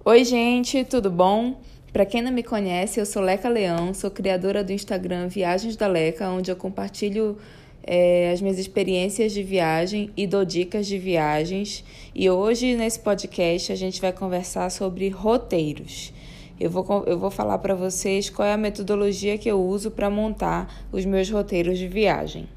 Oi, gente, tudo bom? Para quem não me conhece, eu sou Leca Leão, sou criadora do Instagram Viagens da Leca, onde eu compartilho as minhas experiências de viagem e dou dicas de viagens. E hoje, nesse podcast, a gente vai conversar sobre roteiros. Eu vou falar para vocês qual é a metodologia que eu uso para montar os meus roteiros de viagem.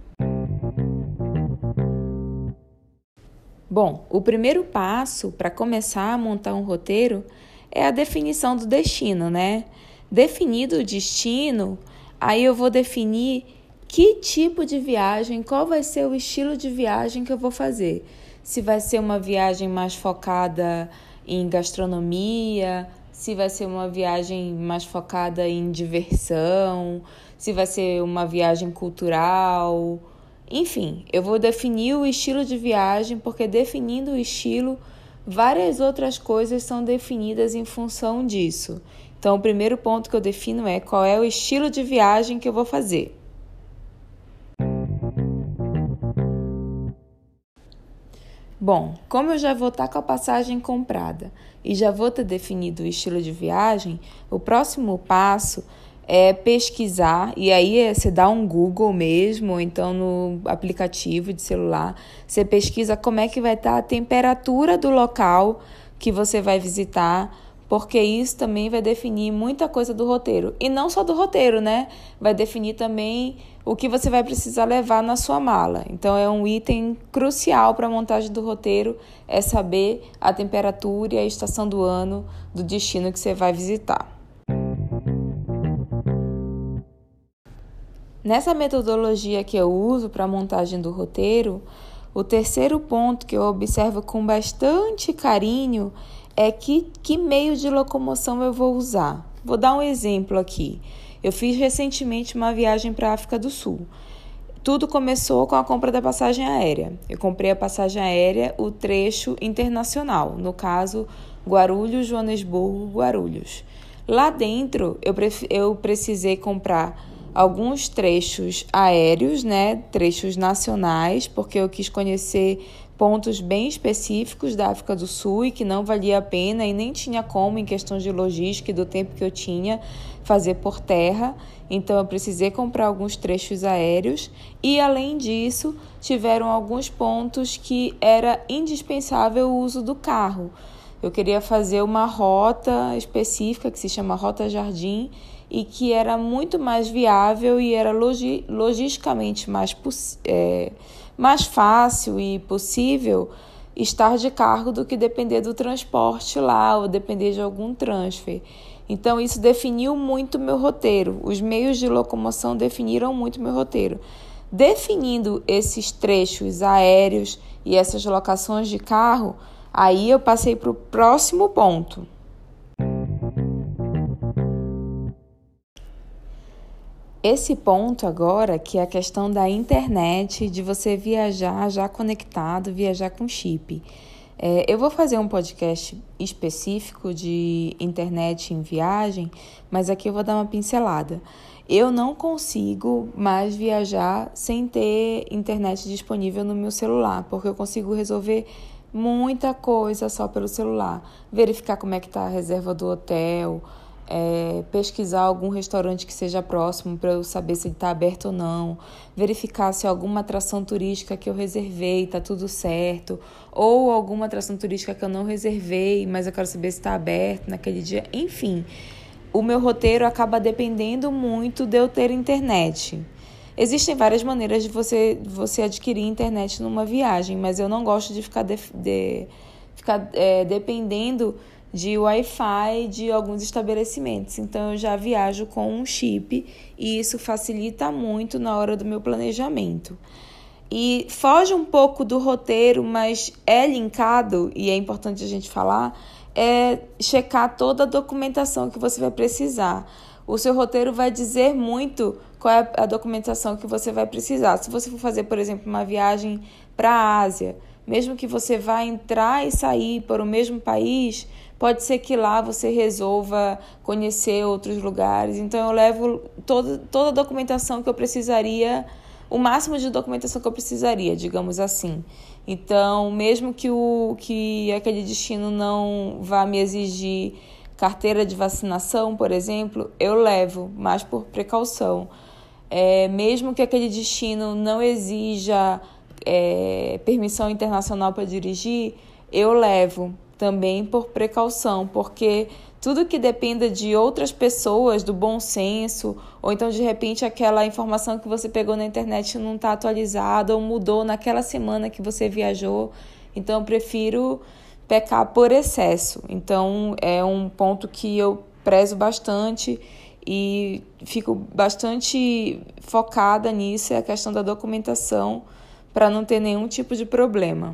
Bom, o primeiro passo para começar a montar um roteiro é a definição do destino, né? Definido o destino, aí eu vou definir que tipo de viagem, qual vai ser o estilo de viagem que eu vou fazer. Se vai ser uma viagem mais focada em gastronomia, se vai ser uma viagem mais focada em diversão, se vai ser uma viagem cultural. Enfim, eu vou definir o estilo de viagem, porque definindo o estilo, várias outras coisas são definidas em função disso. Então, o primeiro ponto que eu defino é qual é o estilo de viagem que eu vou fazer. Bom, como eu já vou estar com a passagem comprada e já vou ter definido o estilo de viagem, o próximo passo é pesquisar, e aí você dá um Google mesmo, ou então no aplicativo de celular, você pesquisa como é que vai estar a temperatura do local que você vai visitar, porque isso também vai definir muita coisa do roteiro. E não só do roteiro, né? Vai definir também o que você vai precisar levar na sua mala. Então, é um item crucial para a montagem do roteiro, é saber a temperatura e a estação do ano do destino que você vai visitar. Nessa metodologia que eu uso para a montagem do roteiro, o terceiro ponto que eu observo com bastante carinho é que meio de locomoção eu vou usar. Vou dar um exemplo aqui. Eu fiz recentemente uma viagem para a África do Sul. Tudo começou com a compra da passagem aérea. Eu comprei a passagem aérea, o trecho internacional, no caso, Guarulhos, Joanesburgo, Guarulhos. Lá dentro, eu precisei comprar alguns trechos aéreos, né, trechos nacionais, porque eu quis conhecer pontos bem específicos da África do Sul e que não valia a pena e nem tinha como, em questão de logística e do tempo que eu tinha, fazer por terra. Então, eu precisei comprar alguns trechos aéreos e, além disso, tiveram alguns pontos que era indispensável o uso do carro. Eu queria fazer uma rota específica que se chama Rota Jardim, e que era muito mais viável e era logisticamente mais fácil e possível estar de carro do que depender do transporte lá ou depender de algum transfer. Então, isso definiu muito meu roteiro. Os meios de locomoção definiram muito meu roteiro. Definindo esses trechos aéreos e essas locações de carro, aí eu passei para o próximo ponto. Esse ponto agora, que é a questão da internet, de você viajar já conectado, viajar com chip. Eu vou fazer um podcast específico de internet em viagem, mas aqui eu vou dar uma pincelada. Eu não consigo mais viajar sem ter internet disponível no meu celular, porque eu consigo resolver muita coisa só pelo celular. Verificar como é que está a reserva do hotel, pesquisar algum restaurante que seja próximo para eu saber se ele está aberto ou não, verificar se alguma atração turística que eu reservei está tudo certo, ou alguma atração turística que eu não reservei, mas eu quero saber se está aberto naquele dia. Enfim, o meu roteiro acaba dependendo muito de eu ter internet. Existem várias maneiras de você adquirir internet numa viagem, mas eu não gosto de ficar dependendo de Wi-Fi de alguns estabelecimentos. Então, eu já viajo com um chip e isso facilita muito na hora do meu planejamento. E foge um pouco do roteiro, mas é linkado, e é importante a gente falar, é checar toda a documentação que você vai precisar. O seu roteiro vai dizer muito qual é a documentação que você vai precisar. Se você for fazer, por exemplo, uma viagem para a Ásia, mesmo que você vá entrar e sair por o mesmo país, pode ser que lá você resolva conhecer outros lugares. Então, eu levo toda a documentação que eu precisaria o máximo de documentação que eu precisaria, digamos assim. Então, mesmo que aquele destino não vá me exigir carteira de vacinação, por exemplo, eu levo, mais por precaução. Mesmo que aquele destino não exija permissão internacional para dirigir, eu levo também por precaução, porque tudo que dependa de outras pessoas, do bom senso, ou então de repente aquela informação que você pegou na internet não está atualizada ou mudou naquela semana que você viajou, então eu prefiro pecar por excesso. Então é um ponto que eu prezo bastante e fico bastante focada nisso, é a questão da documentação, para não ter nenhum tipo de problema.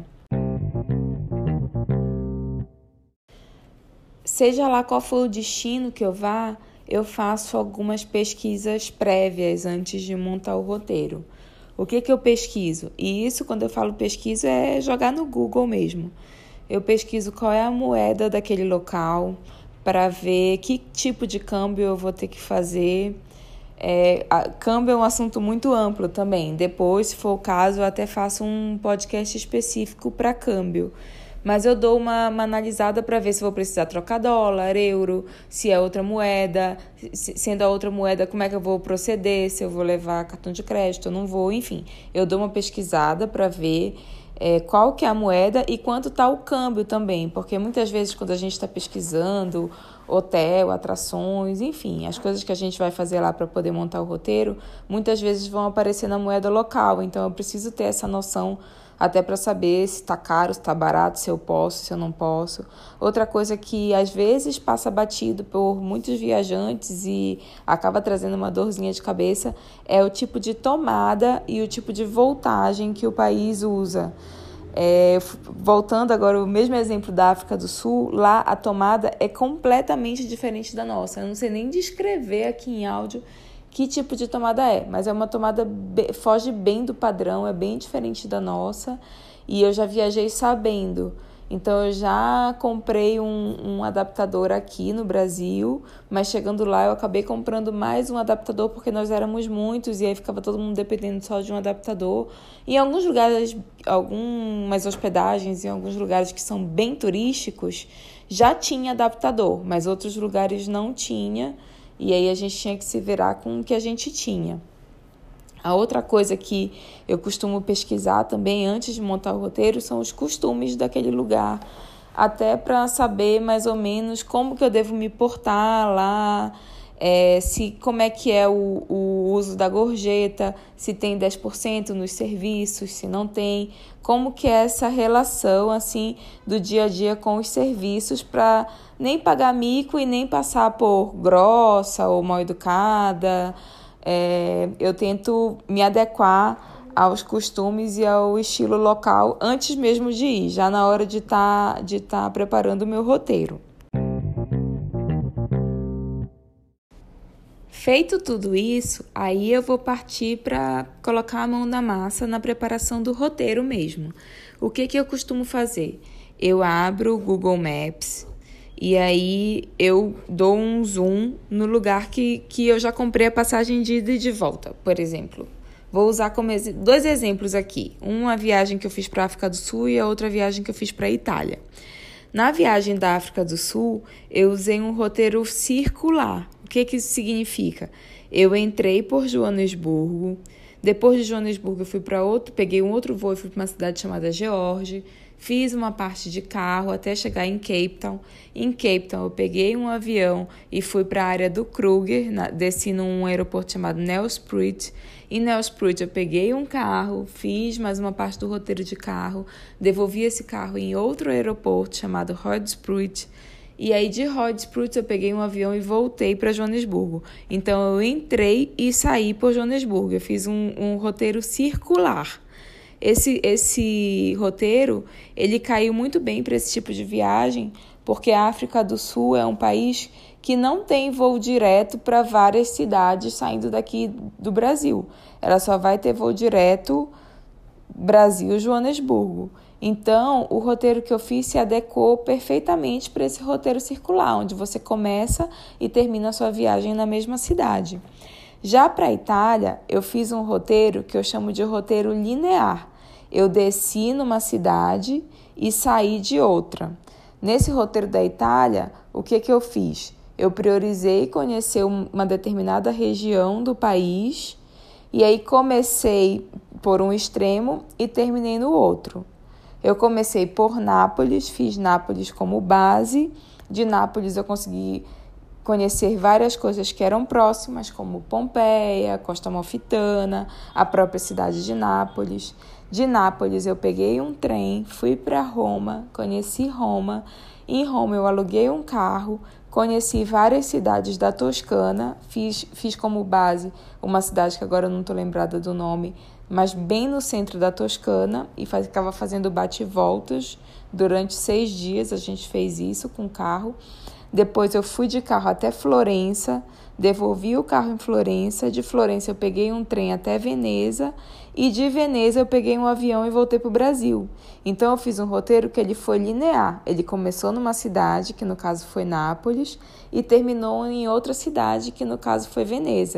Seja lá qual for o destino que eu vá, eu faço algumas pesquisas prévias antes de montar o roteiro. O que eu pesquiso? E isso, quando eu falo pesquiso, é jogar no Google mesmo. Eu pesquiso qual é a moeda daquele local, para ver que tipo de câmbio eu vou ter que fazer. Câmbio é um assunto muito amplo também. Depois, se for o caso, eu até faço um podcast específico para câmbio. Mas eu dou uma analisada para ver se vou precisar trocar dólar, euro, se é outra moeda, sendo a outra moeda, como é que eu vou proceder, se eu vou levar cartão de crédito, eu não vou, enfim. Eu dou uma pesquisada para ver qual que é a moeda e quanto está o câmbio também, porque muitas vezes quando a gente está pesquisando hotel, atrações, enfim, as coisas que a gente vai fazer lá para poder montar o roteiro, muitas vezes vão aparecer na moeda local, então eu preciso ter essa noção até para saber se está caro, se está barato, se eu posso, se eu não posso. Outra coisa que às vezes passa batido por muitos viajantes e acaba trazendo uma dorzinha de cabeça é o tipo de tomada e o tipo de voltagem que o país usa. Voltando agora ao mesmo exemplo da África do Sul, lá a tomada é completamente diferente da nossa. Eu não sei nem descrever aqui em áudio que tipo de tomada é, mas é uma tomada foge bem do padrão, é bem diferente da nossa, e eu já viajei sabendo. Então eu já comprei um adaptador aqui no Brasil, mas chegando lá eu acabei comprando mais um adaptador porque nós éramos muitos e aí ficava todo mundo dependendo só de um adaptador. Em alguns lugares, algumas hospedagens em alguns lugares que são bem turísticos já tinha adaptador, mas outros lugares não tinha. E aí a gente tinha que se virar com o que a gente tinha. A outra coisa que eu costumo pesquisar também antes de montar o roteiro são os costumes daquele lugar, até para saber mais ou menos como que eu devo me portar lá, como é que é o uso da gorjeta, se tem 10% nos serviços, se não tem, como que é essa relação assim do dia a dia com os serviços para nem pagar mico e nem passar por grossa ou mal educada. Eu tento me adequar aos costumes e ao estilo local antes mesmo de ir, já na hora de tá preparando o meu roteiro. Feito tudo isso, aí eu vou partir para colocar a mão na massa na preparação do roteiro mesmo. O que eu costumo fazer? Eu abro o Google Maps e aí eu dou um zoom no lugar que eu já comprei a passagem de ida e de volta, por exemplo. Vou usar como dois exemplos aqui. Uma viagem que eu fiz para a África do Sul e a outra viagem que eu fiz para a Itália. Na viagem da África do Sul, eu usei um roteiro circular. O que isso significa? Eu entrei por Joanesburgo, depois de Joanesburgo eu peguei um outro voo e fui para uma cidade chamada George, fiz uma parte de carro até chegar em Cape Town. Em Cape Town eu peguei um avião e fui para a área do Kruger, desci num aeroporto chamado Nelspruit. Em Nelspruit eu peguei um carro, fiz mais uma parte do roteiro de carro, devolvi esse carro em outro aeroporto chamado Hoedspruit. E aí de Hoedspruit eu peguei um avião e voltei para Joanesburgo. Então eu entrei e saí por Joanesburgo. Eu fiz um roteiro circular. Esse roteiro, ele caiu muito bem para esse tipo de viagem, porque a África do Sul é um país que não tem voo direto para várias cidades saindo daqui do Brasil. Ela só vai ter voo direto Brasil-Joanesburgo. Então, o roteiro que eu fiz se adequou perfeitamente para esse roteiro circular, onde você começa e termina a sua viagem na mesma cidade. Já para a Itália, eu fiz um roteiro que eu chamo de roteiro linear. Eu desci numa cidade e saí de outra. Nesse roteiro da Itália, o que eu fiz? Eu priorizei conhecer uma determinada região do país e aí comecei por um extremo e terminei no outro. Eu comecei por Nápoles, fiz Nápoles como base. De Nápoles eu consegui conhecer várias coisas que eram próximas, como Pompeia, Costa Amalfitana, a própria cidade de Nápoles. De Nápoles eu peguei um trem, fui para Roma, conheci Roma. Em Roma eu aluguei um carro, conheci várias cidades da Toscana, fiz como base uma cidade que agora eu não estou lembrada do nome, mas bem no centro da Toscana, e ficava fazendo bate-voltas durante 6 dias. A gente fez isso com o carro. Depois eu fui de carro até Florença, devolvi o carro em Florença. De Florença eu peguei um trem até Veneza e de Veneza eu peguei um avião e voltei para o Brasil. Então eu fiz um roteiro que ele foi linear. Ele começou numa cidade, que no caso foi Nápoles, e terminou em outra cidade, que no caso foi Veneza.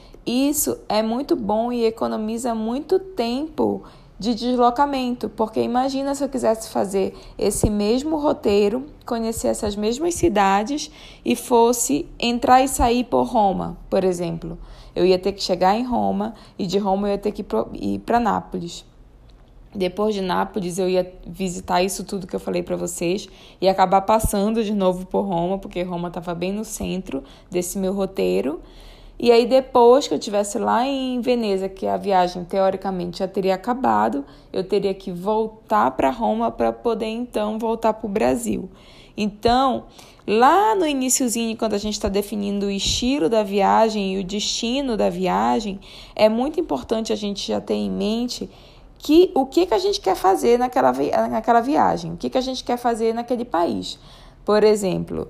Isso é muito bom e economiza muito tempo de deslocamento, porque imagina se eu quisesse fazer esse mesmo roteiro, conhecer essas mesmas cidades e fosse entrar e sair por Roma, por exemplo. Eu ia ter que chegar em Roma e de Roma eu ia ter que ir para Nápoles. Depois de Nápoles eu ia visitar isso tudo que eu falei para vocês e acabar passando de novo por Roma, porque Roma estava bem no centro desse meu roteiro. E aí depois que eu estivesse lá em Veneza, que a viagem teoricamente já teria acabado, eu teria que voltar para Roma para poder então voltar para o Brasil. Então, lá no iniciozinho, quando a gente está definindo o estilo da viagem e o destino da viagem, é muito importante a gente já ter em mente o que a gente quer fazer naquela viagem, o que a gente quer fazer naquele país. Por exemplo,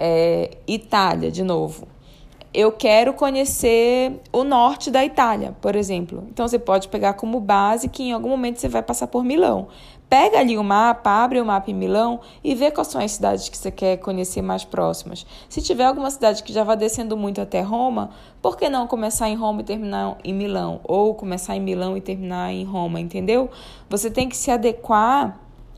Itália, de novo. Eu quero conhecer o norte da Itália, por exemplo. Então, você pode pegar como base que em algum momento você vai passar por Milão. Pega ali o mapa, abre o mapa em Milão e vê quais são as cidades que você quer conhecer mais próximas. Se tiver alguma cidade que já vai descendo muito até Roma, por que não começar em Roma e terminar em Milão? Ou começar em Milão e terminar em Roma, entendeu? Você tem que se adequar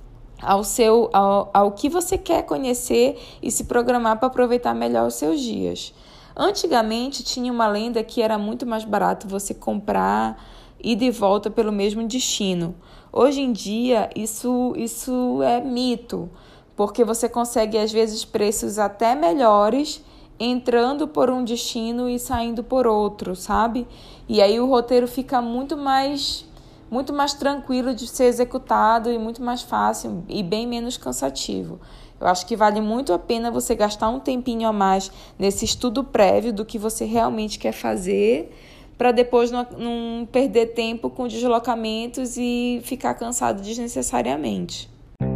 ao que você quer conhecer e se programar para aproveitar melhor os seus dias. Antigamente tinha uma lenda que era muito mais barato você comprar ida e volta pelo mesmo destino. Hoje em dia isso é mito, porque você consegue às vezes preços até melhores entrando por um destino e saindo por outro, sabe? E aí o roteiro fica muito mais tranquilo de ser executado e muito mais fácil e bem menos cansativo. Eu acho que vale muito a pena você gastar um tempinho a mais nesse estudo prévio do que você realmente quer fazer, para depois não perder tempo com deslocamentos e ficar cansado desnecessariamente.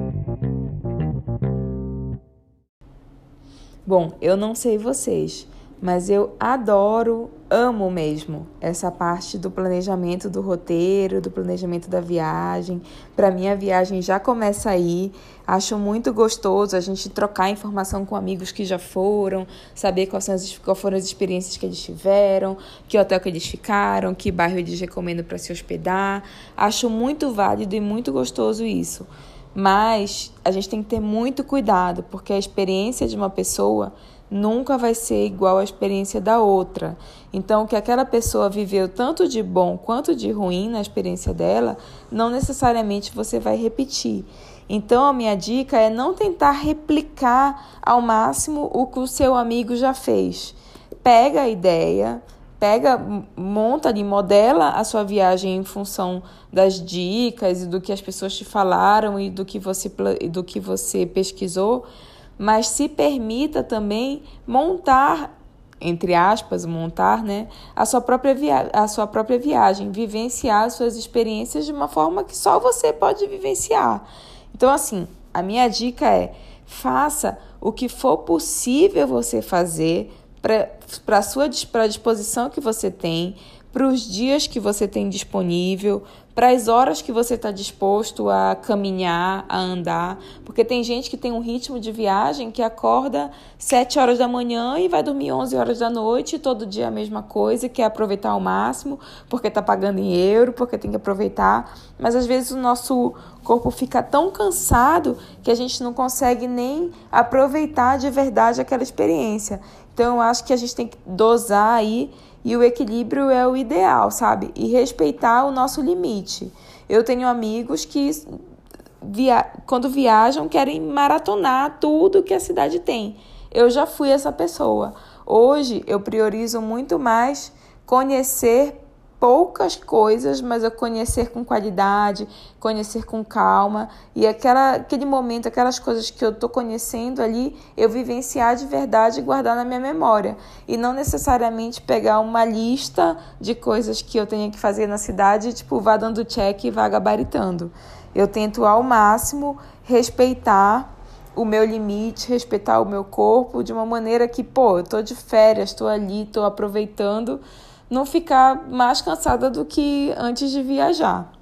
Bom, eu não sei vocês, mas eu amo mesmo essa parte do planejamento do roteiro, do planejamento da viagem. Para mim, a viagem já começa aí. Acho muito gostoso a gente trocar informação com amigos que já foram, saber quais foram as experiências que eles tiveram, que hotel que eles ficaram, que bairro eles recomendam para se hospedar. Acho muito válido e muito gostoso isso. Mas a gente tem que ter muito cuidado, porque a experiência de uma pessoa nunca vai ser igual à experiência da outra. Então, o que aquela pessoa viveu tanto de bom quanto de ruim na experiência dela, não necessariamente você vai repetir. Então, a minha dica é não tentar replicar ao máximo o que o seu amigo já fez. Pega a ideia, monta ali, modela a sua viagem em função das dicas e do que as pessoas te falaram e do que você pesquisou, mas se permita também montar, entre aspas, né, a sua própria viagem, vivenciar as suas experiências de uma forma que só você pode vivenciar. Então, assim, a minha dica é: faça o que for possível você fazer para a disposição que você tem, para os dias que você tem disponível, para as horas que você está disposto a caminhar, a andar, porque tem gente que tem um ritmo de viagem que acorda 7 horas da manhã e vai dormir 11 horas da noite, todo dia a mesma coisa, quer aproveitar ao máximo, porque está pagando em euro, porque tem que aproveitar, mas às vezes o nosso corpo fica tão cansado que a gente não consegue nem aproveitar de verdade aquela experiência. Então eu acho que a gente tem que dosar aí, e o equilíbrio é o ideal, sabe? E respeitar o nosso limite. Eu tenho amigos que, quando viajam, querem maratonar tudo que a cidade tem. Eu já fui essa pessoa. Hoje, eu priorizo muito mais conhecer poucas coisas, mas eu conhecer com qualidade, conhecer com calma, e aquele momento, aquelas coisas que eu estou conhecendo ali, eu vivenciar de verdade e guardar na minha memória, e não necessariamente pegar uma lista de coisas que eu tenho que fazer na cidade, tipo, vá dando check e vá gabaritando. Eu tento ao máximo respeitar o meu limite, respeitar o meu corpo de uma maneira que, eu estou de férias, estou ali, estou aproveitando, não ficar mais cansada do que antes de viajar.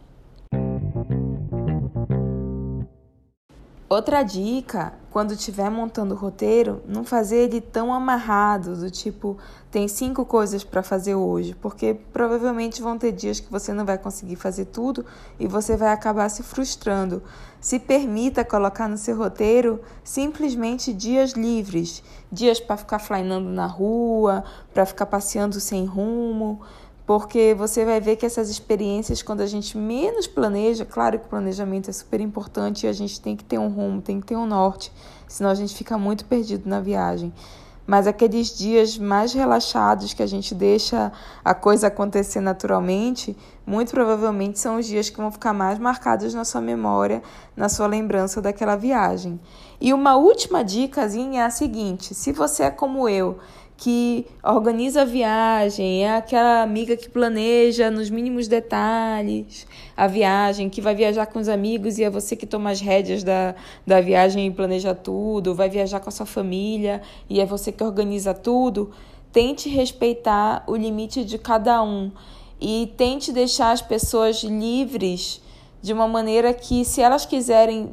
Outra dica, quando estiver montando o roteiro, não fazer ele tão amarrado, do tipo, tem 5 coisas para fazer hoje, porque provavelmente vão ter dias que você não vai conseguir fazer tudo e você vai acabar se frustrando. Se permita colocar no seu roteiro simplesmente dias livres, dias para ficar flainando na rua, para ficar passeando sem rumo, porque você vai ver que essas experiências, quando a gente menos planeja, claro que o planejamento é super importante e a gente tem que ter um rumo, tem que ter um norte, senão a gente fica muito perdido na viagem. Mas aqueles dias mais relaxados que a gente deixa a coisa acontecer naturalmente, muito provavelmente são os dias que vão ficar mais marcados na sua memória, na sua lembrança daquela viagem. E uma última dicasinha é a seguinte: se você é como eu, que organiza a viagem, é aquela amiga que planeja nos mínimos detalhes a viagem, que vai viajar com os amigos e é você que toma as rédeas da viagem e planeja tudo, vai viajar com a sua família e é você que organiza tudo, tente respeitar o limite de cada um e tente deixar as pessoas livres de uma maneira que, se elas quiserem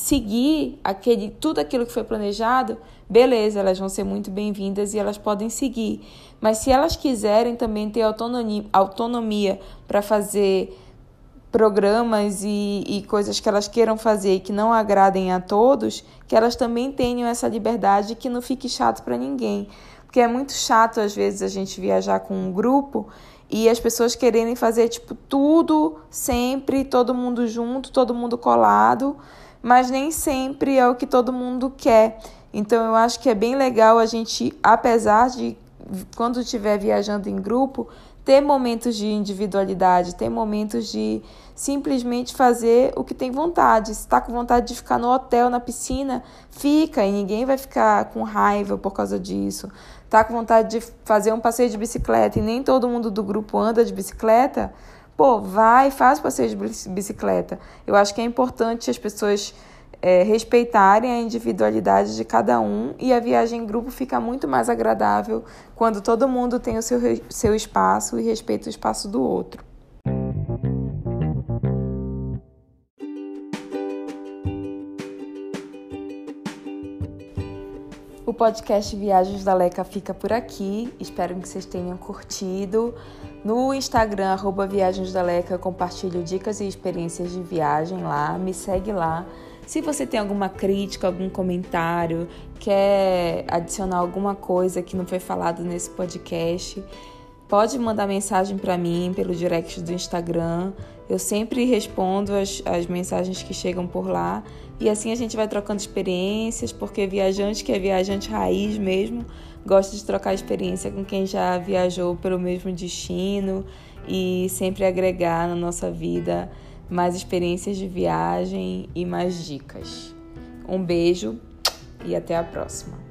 seguir tudo aquilo que foi planejado, beleza, elas vão ser muito bem-vindas e elas podem seguir. Mas se elas quiserem também ter autonomia para fazer programas e coisas que elas queiram fazer e que não agradem a todos, que elas também tenham essa liberdade e que não fique chato para ninguém. Porque é muito chato, às vezes, a gente viajar com um grupo e as pessoas quererem fazer tudo sempre, todo mundo junto, todo mundo colado, mas nem sempre é o que todo mundo quer. Então, eu acho que é bem legal a gente, apesar de, quando estiver viajando em grupo, ter momentos de individualidade, ter momentos de simplesmente fazer o que tem vontade. Se está com vontade de ficar no hotel, na piscina, fica, e ninguém vai ficar com raiva por causa disso. Está com vontade de fazer um passeio de bicicleta e nem todo mundo do grupo anda de bicicleta, vai, faz passeio de bicicleta. Eu acho que é importante as pessoas respeitarem a individualidade de cada um, e a viagem em grupo fica muito mais agradável quando todo mundo tem o seu espaço e respeita o espaço do outro. O podcast Viagens da Leca fica por aqui. Espero que vocês tenham curtido. No Instagram, @viagensdaleca, eu compartilho dicas e experiências de viagem lá. Me segue lá. Se você tem alguma crítica, algum comentário, quer adicionar alguma coisa que não foi falado nesse podcast, pode mandar mensagem para mim pelo direct do Instagram. Eu sempre respondo as mensagens que chegam por lá. E assim a gente vai trocando experiências, porque viajante que é viajante raiz mesmo, gosta de trocar experiência com quem já viajou pelo mesmo destino e sempre agregar na nossa vida mais experiências de viagem e mais dicas. Um beijo e até a próxima.